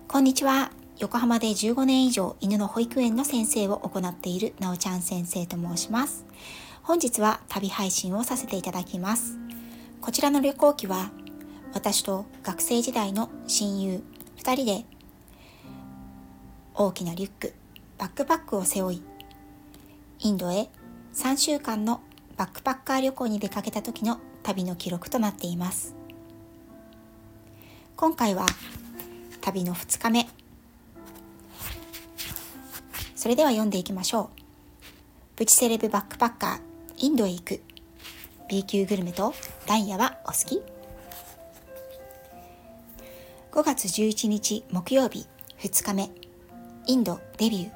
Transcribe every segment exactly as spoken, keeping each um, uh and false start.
こんにちは。横浜でじゅうごねん以上犬の保育園の先生を行っているなおちゃん先生と申します。本日は旅配信をさせていただきます。こちらの旅行記は私と学生時代の親友ふたりで大きなリュック、バックパックを背負いインドへさんしゅうかんのバックパッカー旅行に出かけた時の旅の記録となっています。今回は旅のふつかめ。それでは読んでいきましょう。プチセレブバックパッカーインドへ行く B 級グルメとダイヤはお好き？ごがつじゅういちにち木曜日ふつかめ、インドデビュー。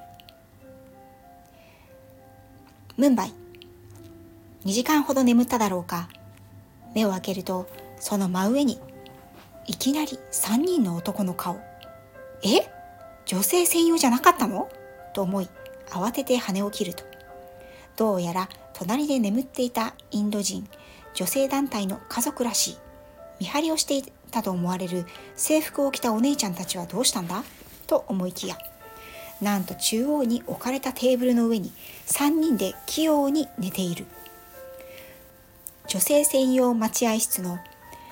ムンバイ。にじかんほど眠っただろうか。目を開けるとその真上にいきなりさんにんの男の顔。え？女性専用じゃなかったの？と思い慌てて羽を切ると、どうやら隣で眠っていたインド人女性団体の家族らしい。見張りをしていたと思われる制服を着たお姉ちゃんたちはどうしたんだと思いきや、なんと中央に置かれたテーブルの上にさんにんで器用に寝ている。女性専用待合室の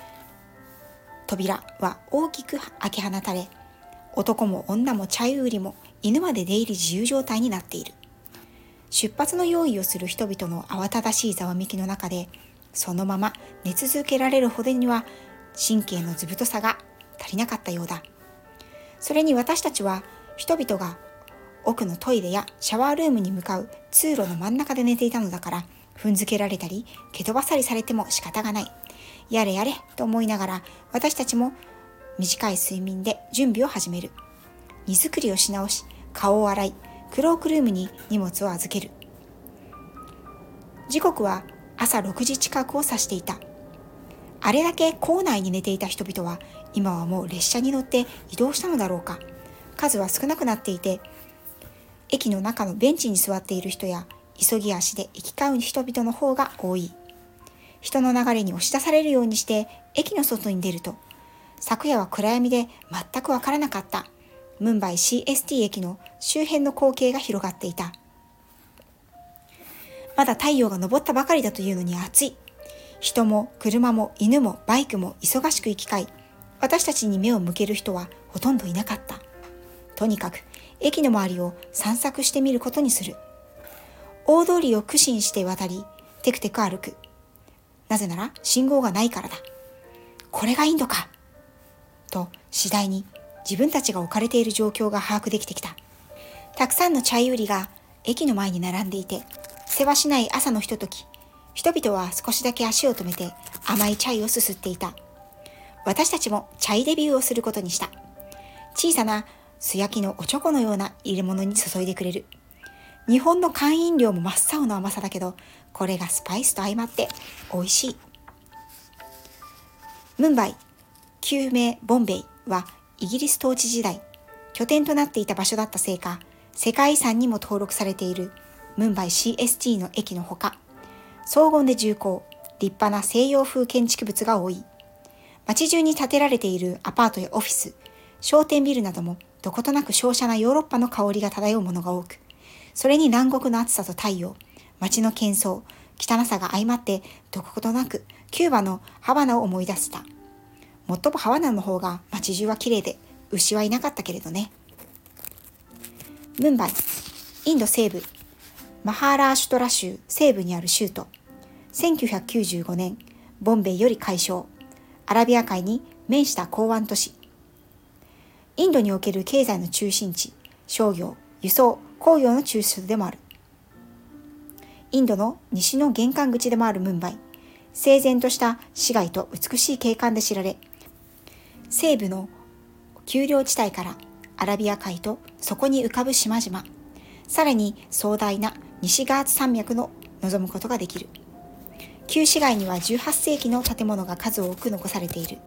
扉は大きく開け放たれ、男も女も茶売りも犬まで出入り自由状態になっている。出発の用意をする人々の慌ただしいざわめきの中で、そのまま寝続けられるほどには神経のずぶとさが足りなかったようだ。それに私たちは人々が奥のトイレやシャワールームに向かう通路の真ん中で寝ていたのだから、踏んづけられたり蹴飛ばさりされても仕方がない。やれやれと思いながら私たちも短い睡眠で準備を始める。荷造りをし直し、顔を洗い、クロークルームに荷物を預ける。時刻は朝ろくじ近くを指していた。あれだけ構内に寝ていた人々は今はもう列車に乗って移動したのだろうか。数は少なくなっていて、駅の中のベンチに座っている人や急ぎ足で行き交う人々の方が多い。人の流れに押し出されるようにして駅の外に出ると、昨夜は暗闇で全くわからなかったムンバイ シーエスティー 駅の周辺の光景が広がっていた。まだ太陽が昇ったばかりだというのに暑い。人も車も犬もバイクも忙しく行き交い、私たちに目を向ける人はほとんどいなかった。とにかく駅の周りを散策してみることにする。大通りを苦心して渡り、テクテク歩く。なぜなら信号がないからだ。これがインドか。と次第に自分たちが置かれている状況が把握できてきた。たくさんのチャイ売りが駅の前に並んでいて、せわしない朝のひととき、人々は少しだけ足を止めて甘いチャイをすすっていた。私たちもチャイデビューをすることにした。小さな素焼きのおちょこのような入れ物に注いでくれる。日本の缶飲料も真っ青の甘さだけど、これがスパイスと相まって美味しい。ムンバイ、旧名ボンベイはイギリス統治時代、拠点となっていた場所だったせいか、世界遺産にも登録されているムンバイ シーエスティー の駅のほか、荘厳で重厚、立派な西洋風建築物が多い。街中に建てられているアパートやオフィス、商店ビルなどもどことなく瀟洒なヨーロッパの香りが漂うものが多く、それに南国の暑さと太陽、街の喧騒、汚さが相まってどことなくキューバのハバナを思い出した。もっともハバナの方が街中は綺麗で牛はいなかったけれどね。ムンバイ、インド西部、マハーラーシュトラ州西部にある州都。せんきゅうひゃくきゅうじゅうごねん、ボンベイより改称。アラビア海に面した港湾都市。インドにおける経済の中心地、商業、輸送、工業の中枢でもある。インドの西の玄関口でもあるムンバイ、整然とした市街と美しい景観で知られ、西部の丘陵地帯からアラビア海とそこに浮かぶ島々、さらに壮大な西ガーツ山脈の望むことができる。旧市街にはじゅうはっせいきの建物が数多く残されている。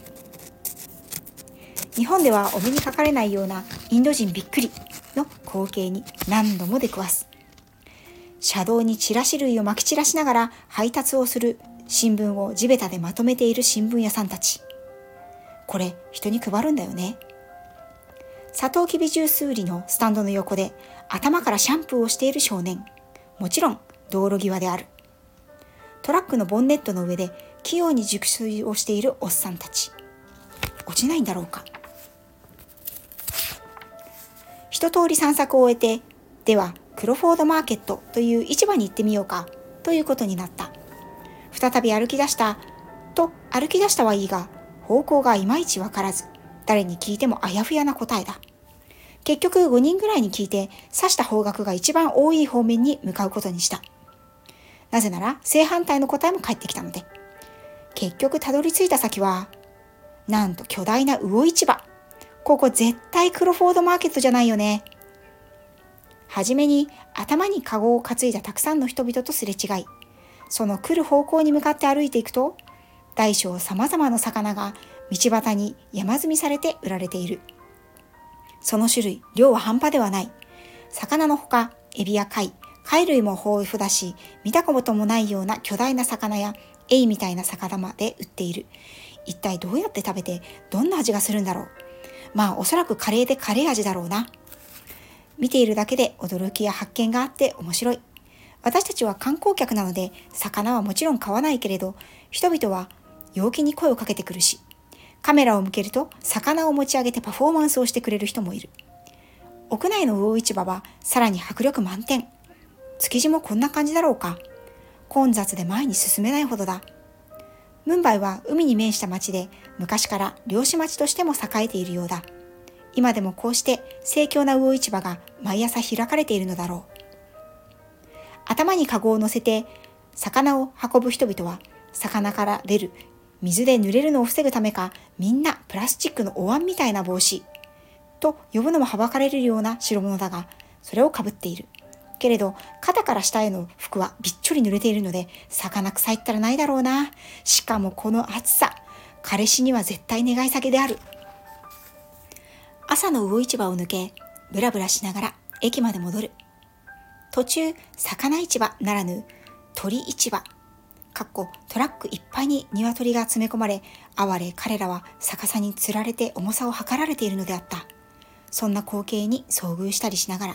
日本ではお目にかかれないようなインド人びっくりの光景に何度も出くわす。車道にチラシ類をまき散らしながら配達をする新聞を地べたでまとめている新聞屋さんたち。これ人に配るんだよね。 サトウキビジュース売りのスタンドの横で頭からシャンプーをしている少年。もちろん道路際である。トラックのボンネットの上で器用に熟睡をしているおっさんたち。落ちないんだろうか。一通り散策を終えて、ではクロフォードマーケットという市場に行ってみようかということになった。再び歩き出したと歩き出したはいいが、方向がいまいちわからず、誰に聞いてもあやふやな答えだ。結局ごにんぐらいに聞いて、指した方角が一番多い方面に向かうことにした。なぜなら正反対の答えも返ってきたので。結局たどり着いた先は、なんと巨大な魚市場。ここ絶対クロフォードマーケットじゃないよね。はじめに頭にカゴを担いだたくさんの人々とすれ違い、その来る方向に向かって歩いていくと、大小さまざまな魚が道端に山積みされて売られている。その種類、量は半端ではない。魚のほか、エビや貝、貝類も豊富だし、見たこともないような巨大な魚やエイみたいな魚まで売っている。一体どうやって食べて、どんな味がするんだろう。まあおそらくカレーでカレー味だろうな。見ているだけで驚きや発見があって面白い。私たちは観光客なので、魚はもちろん買わないけれど、人々は陽気に声をかけてくるし、カメラを向けると魚を持ち上げてパフォーマンスをしてくれる人もいる。屋内の魚市場はさらに迫力満点。築地もこんな感じだろうか。混雑で前に進めないほどだ。ムンバイは海に面した町で、昔から漁師町としても栄えているようだ。今でもこうして盛況な魚市場が毎朝開かれているのだろう。頭にカゴを乗せて魚を運ぶ人々は、魚から出る水で濡れるのを防ぐためか、みんなプラスチックのお椀みたいな帽子と呼ぶのもはばかれるような代物だが、それをかぶっている。けれど肩から下への服はびっちょり濡れているので、魚臭いったらないだろうな。しかもこの暑さ、彼氏には絶対願い下げである。朝の魚市場を抜け、ブラブラしながら駅まで戻る。途中、魚市場ならぬ鳥市場、かっこトラックいっぱいに鶏が詰め込まれ、哀れ彼らは逆さに吊られて重さを測られているのであった。そんな光景に遭遇したりしながら、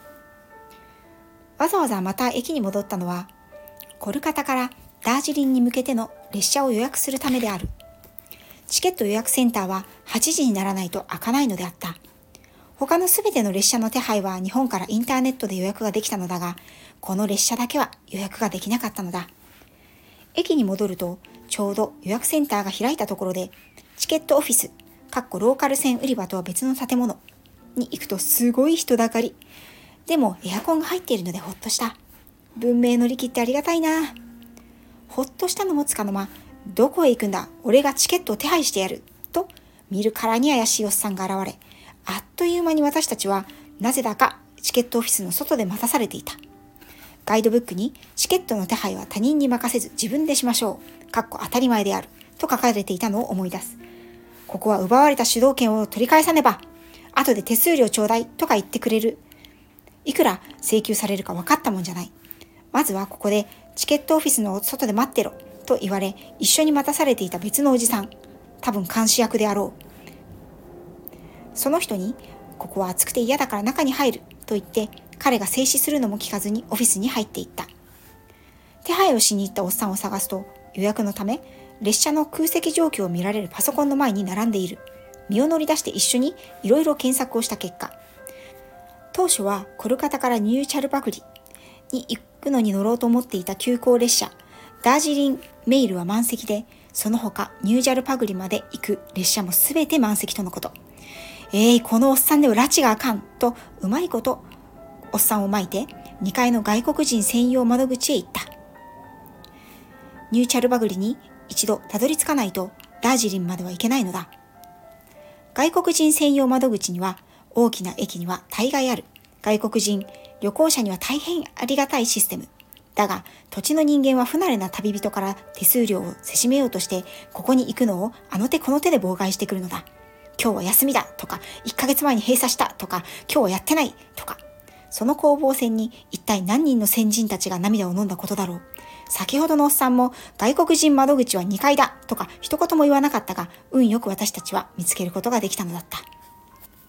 わざわざまた駅に戻ったのは、コルカタからダージリンに向けての列車を予約するためである。チケット予約センターははちじにならないと開かないのであった。他のすべての列車の手配は日本からインターネットで予約ができたのだが、この列車だけは予約ができなかったのだ。駅に戻ると、ちょうど予約センターが開いたところで、チケットオフィス、かっこローカル線売り場とは別の建物に行くとすごい人だかり。でもエアコンが入っているのでほっとした。文明の利器ってありがたいな。ほっとしたのもつかの間、どこへ行くんだ、俺がチケットを手配してやると、見るからに怪しいおっさんが現れ、あっという間に私たちはなぜだかチケットオフィスの外で待たされていた。ガイドブックにチケットの手配は他人に任せず自分でしましょう、かっこ当たり前であると書かれていたのを思い出す。ここは奪われた主導権を取り返さねば、後で手数料ちょうだいとか言ってくれる。いくら請求されるか分かったもんじゃない。まずはここでチケットオフィスの外で待ってろと言われ、一緒に待たされていた別のおじさん、多分監視役であろう。その人に、ここは暑くて嫌だから中に入ると言って、彼が静止するのも聞かずにオフィスに入っていった。手配をしに行ったおっさんを探すと、予約のため列車の空席状況を見られるパソコンの前に並んでいる。身を乗り出して一緒にいろいろ検索をした結果、当初はコルカタからニューチャルバグリに行くのに乗ろうと思っていた急行列車ダージリンメイルは満席で、その他ニュージャルパグリまで行く列車もすべて満席とのこと。えい、このおっさんでは拉致があかんと、うまいことおっさんを巻いてにかいの外国人専用窓口へ行った。ニューチャルバグリに一度たどり着かないとダージリンまでは行けないのだ。外国人専用窓口には大きな駅には大概ある。外国人旅行者には大変ありがたいシステム。だが土地の人間は不慣れな旅人から手数料をせしめようとして、ここに行くのをあの手この手で妨害してくるのだ。今日は休みだとか、いっかげつまえに閉鎖したとか、今日はやってないとか。その攻防戦に一体何人の先人たちが涙を飲んだことだろう。先ほどのおっさんも外国人窓口はにかいだとか一言も言わなかったが、運よく私たちは見つけることができたのだった。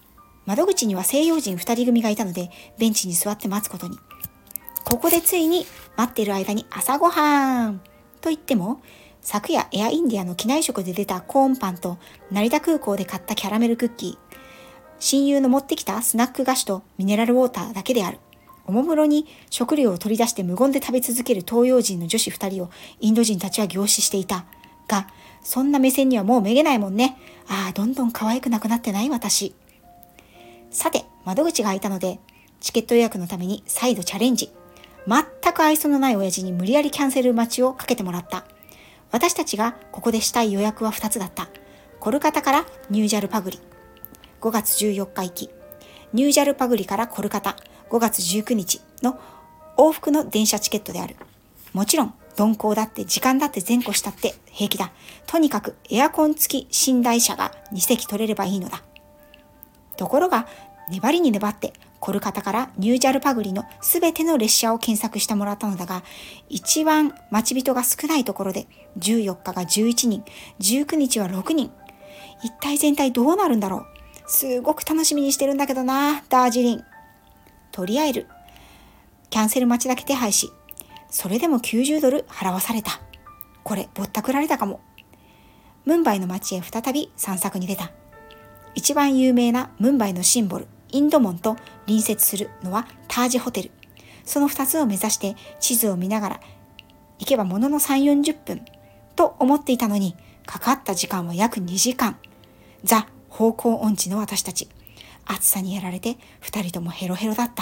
窓口には西洋人二人組がいたので、ベンチに座って待つことに。ここでついに待っている間に朝ごはんと言っても、昨夜エアインディアの機内食で出たコーンパンと成田空港で買ったキャラメルクッキー、親友の持ってきたスナック菓子とミネラルウォーターだけである。おもむろに食料を取り出して無言で食べ続ける東洋人の女子二人をインド人たちは凝視していた。が、そんな目線にはもうめげないもんね。ああ、どんどん可愛くなくなってない私。さて、窓口が開いたので、チケット予約のために再度チャレンジ。全く愛想のない親父に無理やりキャンセル待ちをかけてもらった。私たちがここでしたい予約はふたつだった。コルカタからニュージャルパグリ。ごがつじゅうよっか行き。ニュージャルパグリからコルカタ。ごがつじゅうくにちの往復の電車チケットである。もちろん、鈍行だって時間だって前後したって平気だ。とにかくエアコン付き寝台車がにせき取れればいいのだ。ところが、粘りに粘ってコルカタからニュージャルパグリのすべての列車を検索してもらったのだが、一番待ち人が少ないところでじゅうよっかがじゅういちにん、じゅうくにちはろくにん。一体全体どうなるんだろう。すごく楽しみにしてるんだけどな、ダージリン。とりあえず、キャンセル待ちだけ手配し、それでもきゅうじゅうドル払わされた。これ、ぼったくられたかも。ムンバイの街へ再び散策に出た。一番有名なムンバイのシンボル、インド門と隣接するのはタージホテル。その二つを目指して地図を見ながら行けばもののさんじゅうよんじゅっぷんと思っていたのに、かかった時間は約にじかん。ザ・方向音痴の私たち。暑さにやられて二人ともヘロヘロだった。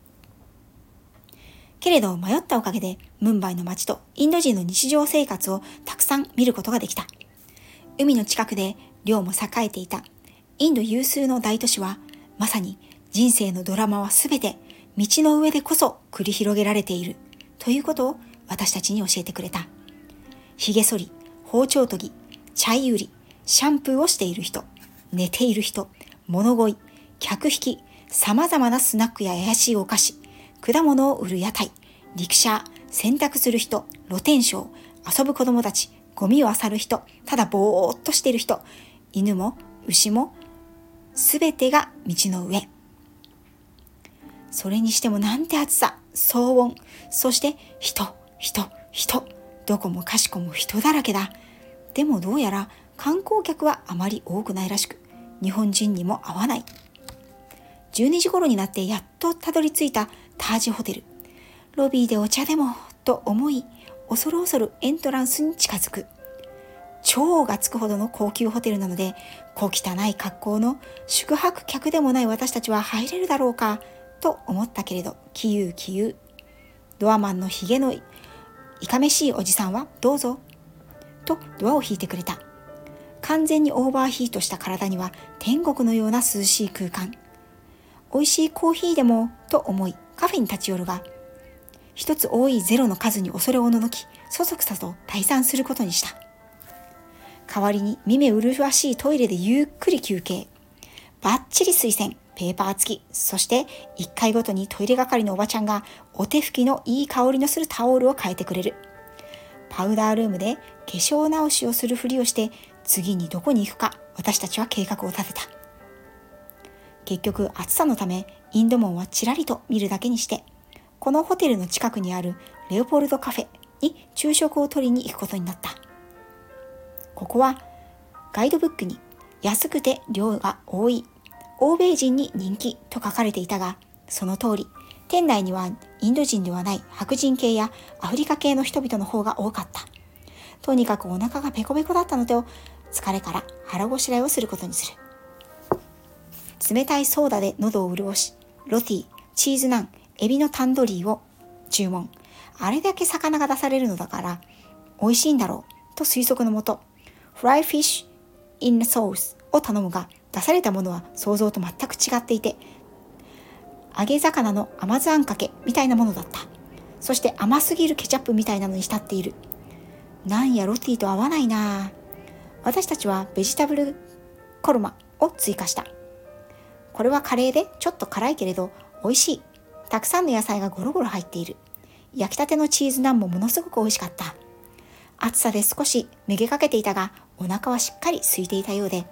けれど迷ったおかげでムンバイの街とインド人の日常生活をたくさん見ることができた。海の近くで漁も栄えていたインド有数の大都市は、まさに人生のドラマはすべて道の上でこそ繰り広げられているということを私たちに教えてくれた。髭剃り、包丁研ぎ、チャイ売り、シャンプーをしている人、寝ている人、物乞い、客引き、様々なスナックや怪しいお菓子、果物を売る屋台、陸車、洗濯する人、露天商、遊ぶ子供たち、ゴミを漁る人、ただぼーっとしている人、犬も牛もすべてが道の上。それにしてもなんて暑さ、騒音、そして人、人、人、どこもかしこも人だらけだ。でもどうやら観光客はあまり多くないらしく、日本人にも合わない。じゅうにじ頃になってやっとたどり着いたタージホテル。ロビーでお茶でもと思い、恐る恐るエントランスに近づく。超がつくほどの高級ホテルなので、小汚い格好の宿泊客でもない私たちは入れるだろうかと思ったけれど、きゆうきゆう。ドアマンのひげのいかめしいおじさんはどうぞとドアを引いてくれた。完全にオーバーヒートした体には天国のような涼しい空間。美味しいコーヒーでもと思いカフェに立ち寄るが、一つ多いゼロの数に恐れおののき、そそくさと退散することにした。代わりに見目麗しいトイレでゆっくり休憩。バッチリ水洗、ペーパー付き、そしていっかいごとにトイレ係のおばちゃんがお手拭きのいい香りのするタオルを変えてくれる。パウダールームで化粧直しをするふりをして、次にどこに行くか私たちは計画を立てた。結局暑さのためインド門はちらりと見るだけにして、このホテルの近くにあるレオポルドカフェに昼食を取りに行くことになった。ここはガイドブックに安くて量が多い、欧米人に人気と書かれていたが、その通り店内にはインド人ではない白人系やアフリカ系の人々の方が多かった。とにかくお腹がペコペコだったのと、疲れから腹ごしらえをすることにする。冷たいソーダで喉を潤し、ロティ、チーズナン、エビのタンドリーを注文。あれだけ魚が出されるのだから美味しいんだろうと推測のもと、フライフィッシュインソースを頼むが、出されたものは想像と全く違っていて、揚げ魚の甘酢あんかけみたいなものだった。そして甘すぎるケチャップみたいなのに浸っている。なんやロティと合わないな。私たちはベジタブルコルマを追加した。これはカレーでちょっと辛いけれど美味しい。たくさんの野菜がゴロゴロ入っている。焼きたてのチーズナンもものすごく美味しかった。暑さで少しめげかけていたが、お腹はしっかり空いていたようで、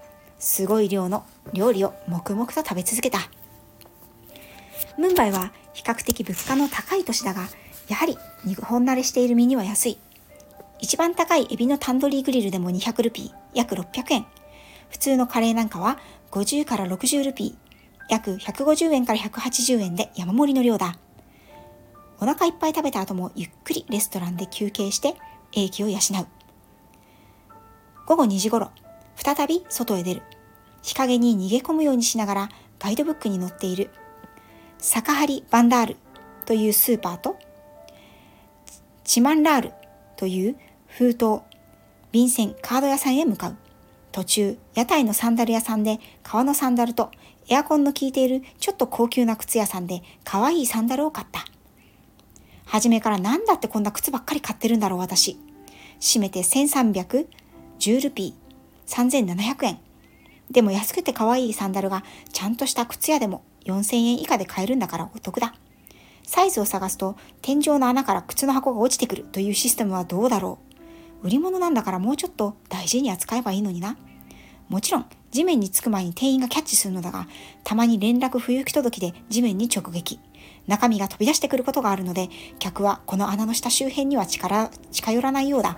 すごい量の料理を黙々と食べ続けた。ムンバイは比較的物価の高い都市だが、やはり日本慣れしている身には安い。一番高いエビのタンドリーグリルでもにひゃくルピー、約ろっぴゃくえん。普通のカレーなんかはごじゅうからろくじゅうルピー、約ひゃくごじゅうえんからひゃくはちじゅうえんで山盛りの量だ。お腹いっぱい食べた後もゆっくりレストランで休憩して英気を養う。ごごにじ頃、再び外へ出る。日陰に逃げ込むようにしながらガイドブックに載っているサカハリ・バンダールというスーパーとチマンラールという封筒、便箋、カード屋さんへ向かう。途中、屋台のサンダル屋さんで革のサンダルとエアコンの効いているちょっと高級な靴屋さんで可愛いサンダルを買った。初めからなんだってこんな靴ばっかり買ってるんだろう私。締めてせんさんびゃくじゅうルピー、さんぜんななひゃくえん。でも安くて可愛いサンダルがちゃんとした靴屋でもよんせんえん以下で買えるんだからお得だ。サイズを探すと天井の穴から靴の箱が落ちてくるというシステムはどうだろう。売り物なんだからもうちょっと大事に扱えばいいのにな。もちろん地面につく前に店員がキャッチするのだが、たまに連絡不行き届きで地面に直撃。中身が飛び出してくることがあるので、客はこの穴の下周辺には近寄らないようだ。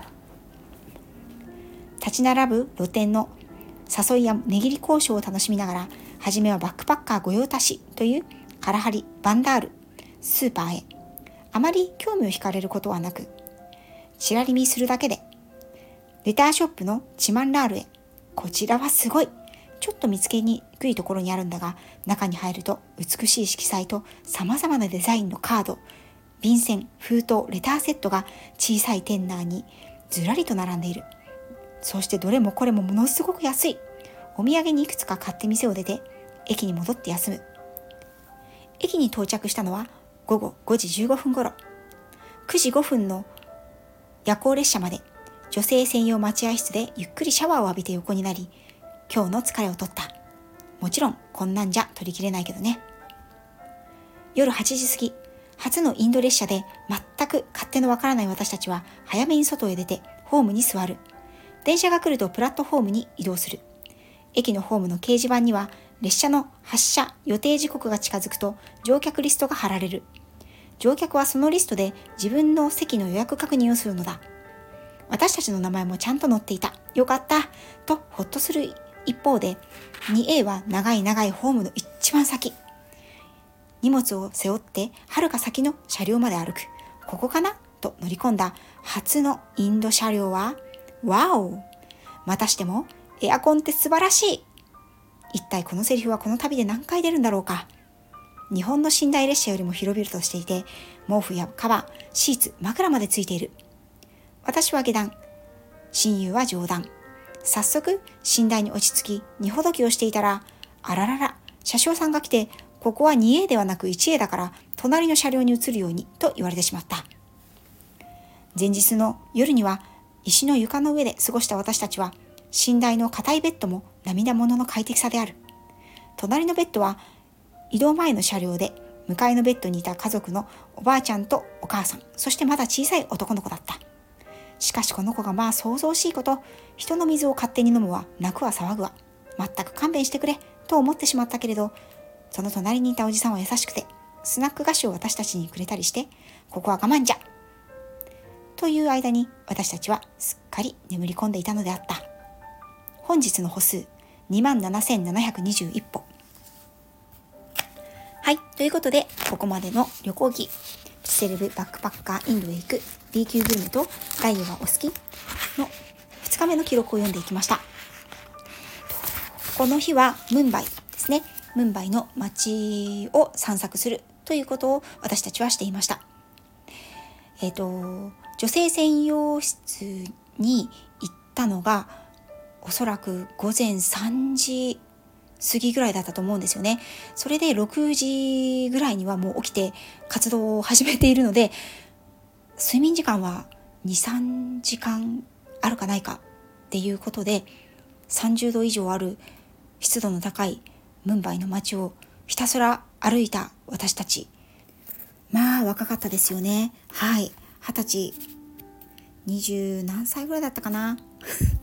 立ち並ぶ露店の誘いや値切り交渉を楽しみながら、はじめはバックパッカー御用達というカラハリ・バンダールスーパーへ。あまり興味を惹かれることはなく、ちらり見するだけで、レターショップのチマンラールへ。こちらはすごい。ちょっと見つけにくいところにあるんだが、中に入ると美しい色彩と様々なデザインのカード、便箋、封筒、レターセットが小さい店内にずらりと並んでいる。そしてどれもこれもものすごく安い。お土産にいくつか買って店を出て、駅に戻って休む。駅に到着したのはごごごじじゅうごふん頃。くじごふんの夜行列車まで女性専用待合室でゆっくりシャワーを浴びて横になり、今日の疲れを取った。もちろんこんなんじゃ取りきれないけどね。夜はちじ過ぎ、初のインド列車で全く勝手のわからない私たちは早めに外へ出てホームに座る。電車が来るとプラットホームに移動する。駅のホームの掲示板には列車の発車予定時刻が近づくと乗客リストが貼られる。乗客はそのリストで自分の席の予約確認をするのだ。私たちの名前もちゃんと載っていた。よかったとほっとする一方で、にエー は長い長いホームの一番先。荷物を背負ってはるか先の車両まで歩く。ここかなと乗り込んだ初のインド車両は、ワオ！またしてもエアコンって素晴らしい。一体このセリフはこの旅で何回出るんだろうか。日本の寝台列車よりも広々としていて、毛布やカバー、シーツ、枕までついている。私は下段、親友は上段。早速寝台に落ち着き荷ほどきをしていたら、あららら、車掌さんが来て、ここは にエー ではなく いちエー だから隣の車両に移るようにと言われてしまった。前日の夜には石の床の上で過ごした私たちは、寝台の硬いベッドも涙ものの快適さである。隣のベッドは移動前の車両で、向かいのベッドにいた家族のおばあちゃんとお母さん、そしてまだ小さい男の子だった。しかしこの子がまあ想像しいこと、人の水を勝手に飲むわ、泣くわ騒ぐわ、全く勘弁してくれと思ってしまったけれど、その隣にいたおじさんは優しくて、スナック菓子を私たちにくれたりして、ここは我慢じゃという間に私たちはすっかり眠り込んでいたのであった。本日の歩数 にまんななせんななひゃくにじゅういち 歩。はい、ということでここまでの旅行記、プチセレブバックパッカーインドへ行く B 級グルメとダイエはお好きのふつかめの記録を読んでいきました。この日はムンバイですね。ムンバイの街を散策するということを私たちはしていました。えっと、女性専用室に行ったのがおそらく午前さんじ過ぎぐらいだったと思うんですよね。それでろくじぐらいにはもう起きて活動を始めているので、睡眠時間はにさんじかんあるかないかっていうことで、さんじゅうど以上ある湿度の高いムンバイの街をひたすら歩いた私たち。まあ若かったですよね。はい、二十歳、二十何歳ぐらいだったかな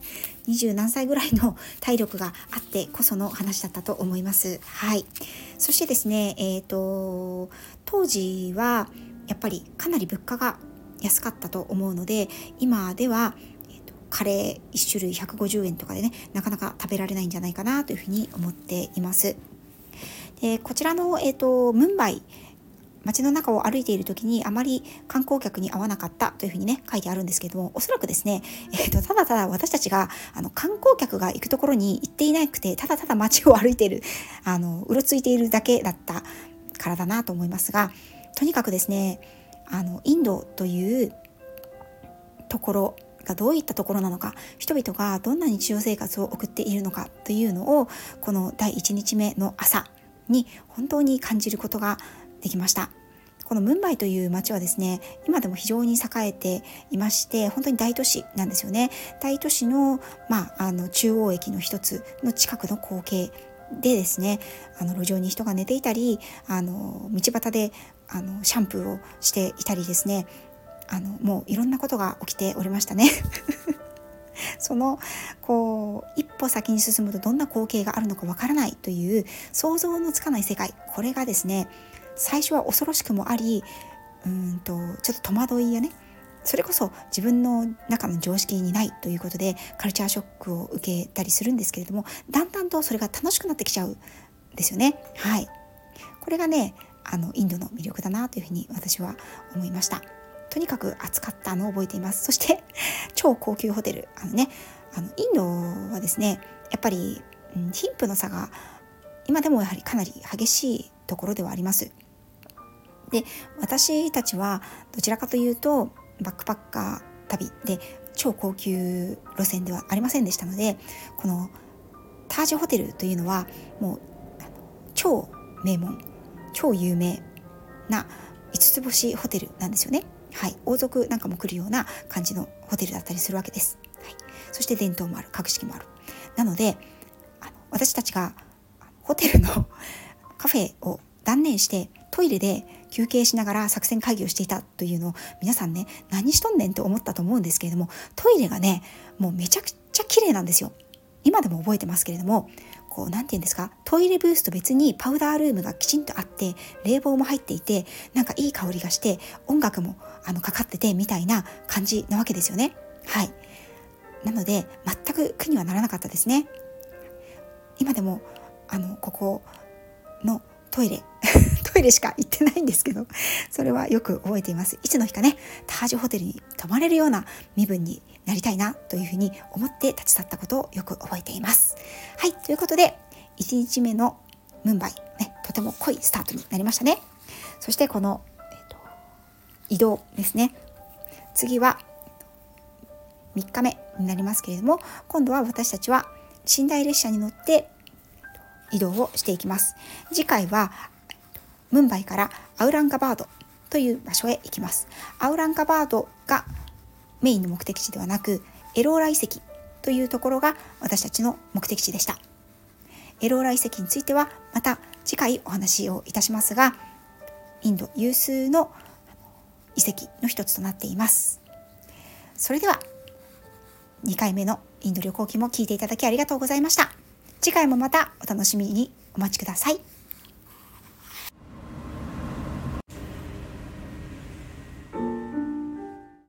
にじゅう何歳ぐらいの体力があってこその話だったと思います。はい。そしてですね、えっと、当時はやっぱりかなり物価が安かったと思うので、今では、えーと、カレーいち種類ひゃくごじゅうえんとかでね、なかなか食べられないんじゃないかなというふうに思っています。でこちらの、えーと、ムンバイ、街の中を歩いている時にあまり観光客に会わなかったというふうにね書いてあるんですけれども、おそらくですね、えー、とただただ私たちがあの観光客が行くところに行っていなくて、ただただ街を歩いている、あのうろついているだけだったからだなと思いますが、とにかくですね、あのインドというところがどういったところなのか、人々がどんな日常生活を送っているのかというのを、このだいいちにちめの朝に本当に感じることができました。このムンバイという街はですね、今でも非常に栄えていまして、本当に大都市なんですよね。大都市の、まあ、あの中央駅の一つの近くの光景でですね、あの路上に人が寝ていたり、あの道端であのシャンプーをしていたりですね、あのもういろんなことが起きておりましたね。そのこう一歩先に進むとどんな光景があるのかわからないという想像のつかない世界、これがですね、最初は恐ろしくもあり、うーんとちょっと戸惑いやね、それこそ自分の中の常識にないということでカルチャーショックを受けたりするんですけれども、だんだんとそれが楽しくなってきちゃうんですよね。はい、これがね、あのインドの魅力だなというふうに私は思いました。とにかく暑かったのを覚えています。そして超高級ホテル、あのね、あのインドはですね、やっぱり、うん、貧富の差が今でもやはりかなり激しいところではあります。で、私たちはどちらかというとバックパッカー旅で超高級路線ではありませんでしたので、このタージホテルというのはもう超名門、超有名ないつつ星ホテルなんですよね。はい、王族なんかも来るような感じのホテルだったりするわけです。はい、そして伝統もある、格式もある。なので、あの私たちがホテルのカフェを断念してトイレで休憩しながら作戦会議をしていたというのを、皆さんね、何しとんねんと思ったと思うんですけれども、トイレがね、もうめちゃくちゃ綺麗なんですよ。今でも覚えてますけれども、こうなんていうんですか、トイレブースと別にパウダールームがきちんとあって、冷房も入っていて、なんかいい香りがして、音楽もあのかかっててみたいな感じなわけですよね。はい。なので全く苦にはならなかったですね。今でもあのここのトイレトイレしか行ってないんですけど、それはよく覚えています。いつの日かね、タージホテルに泊まれるような身分になりたいなというふうに思って立ち去ったことをよく覚えています。はい、ということでいちにちめのムンバイ、ね、とても濃いスタートになりましたね。そしてこの、えーと、移動ですね。次はみっかめになりますけれども、今度は私たちは寝台列車に乗って移動をしていきます。次回はムンバイからアウランガバードという場所へ行きます。アウランガバードがメインの目的地ではなく、エローラ遺跡というところが私たちの目的地でした。エローラ遺跡についてはまた次回お話をいたしますが、インド有数の遺跡の一つとなっています。それではにかいめのインド旅行記も聞いていただきありがとうございました。次回もまたお楽しみにお待ちください。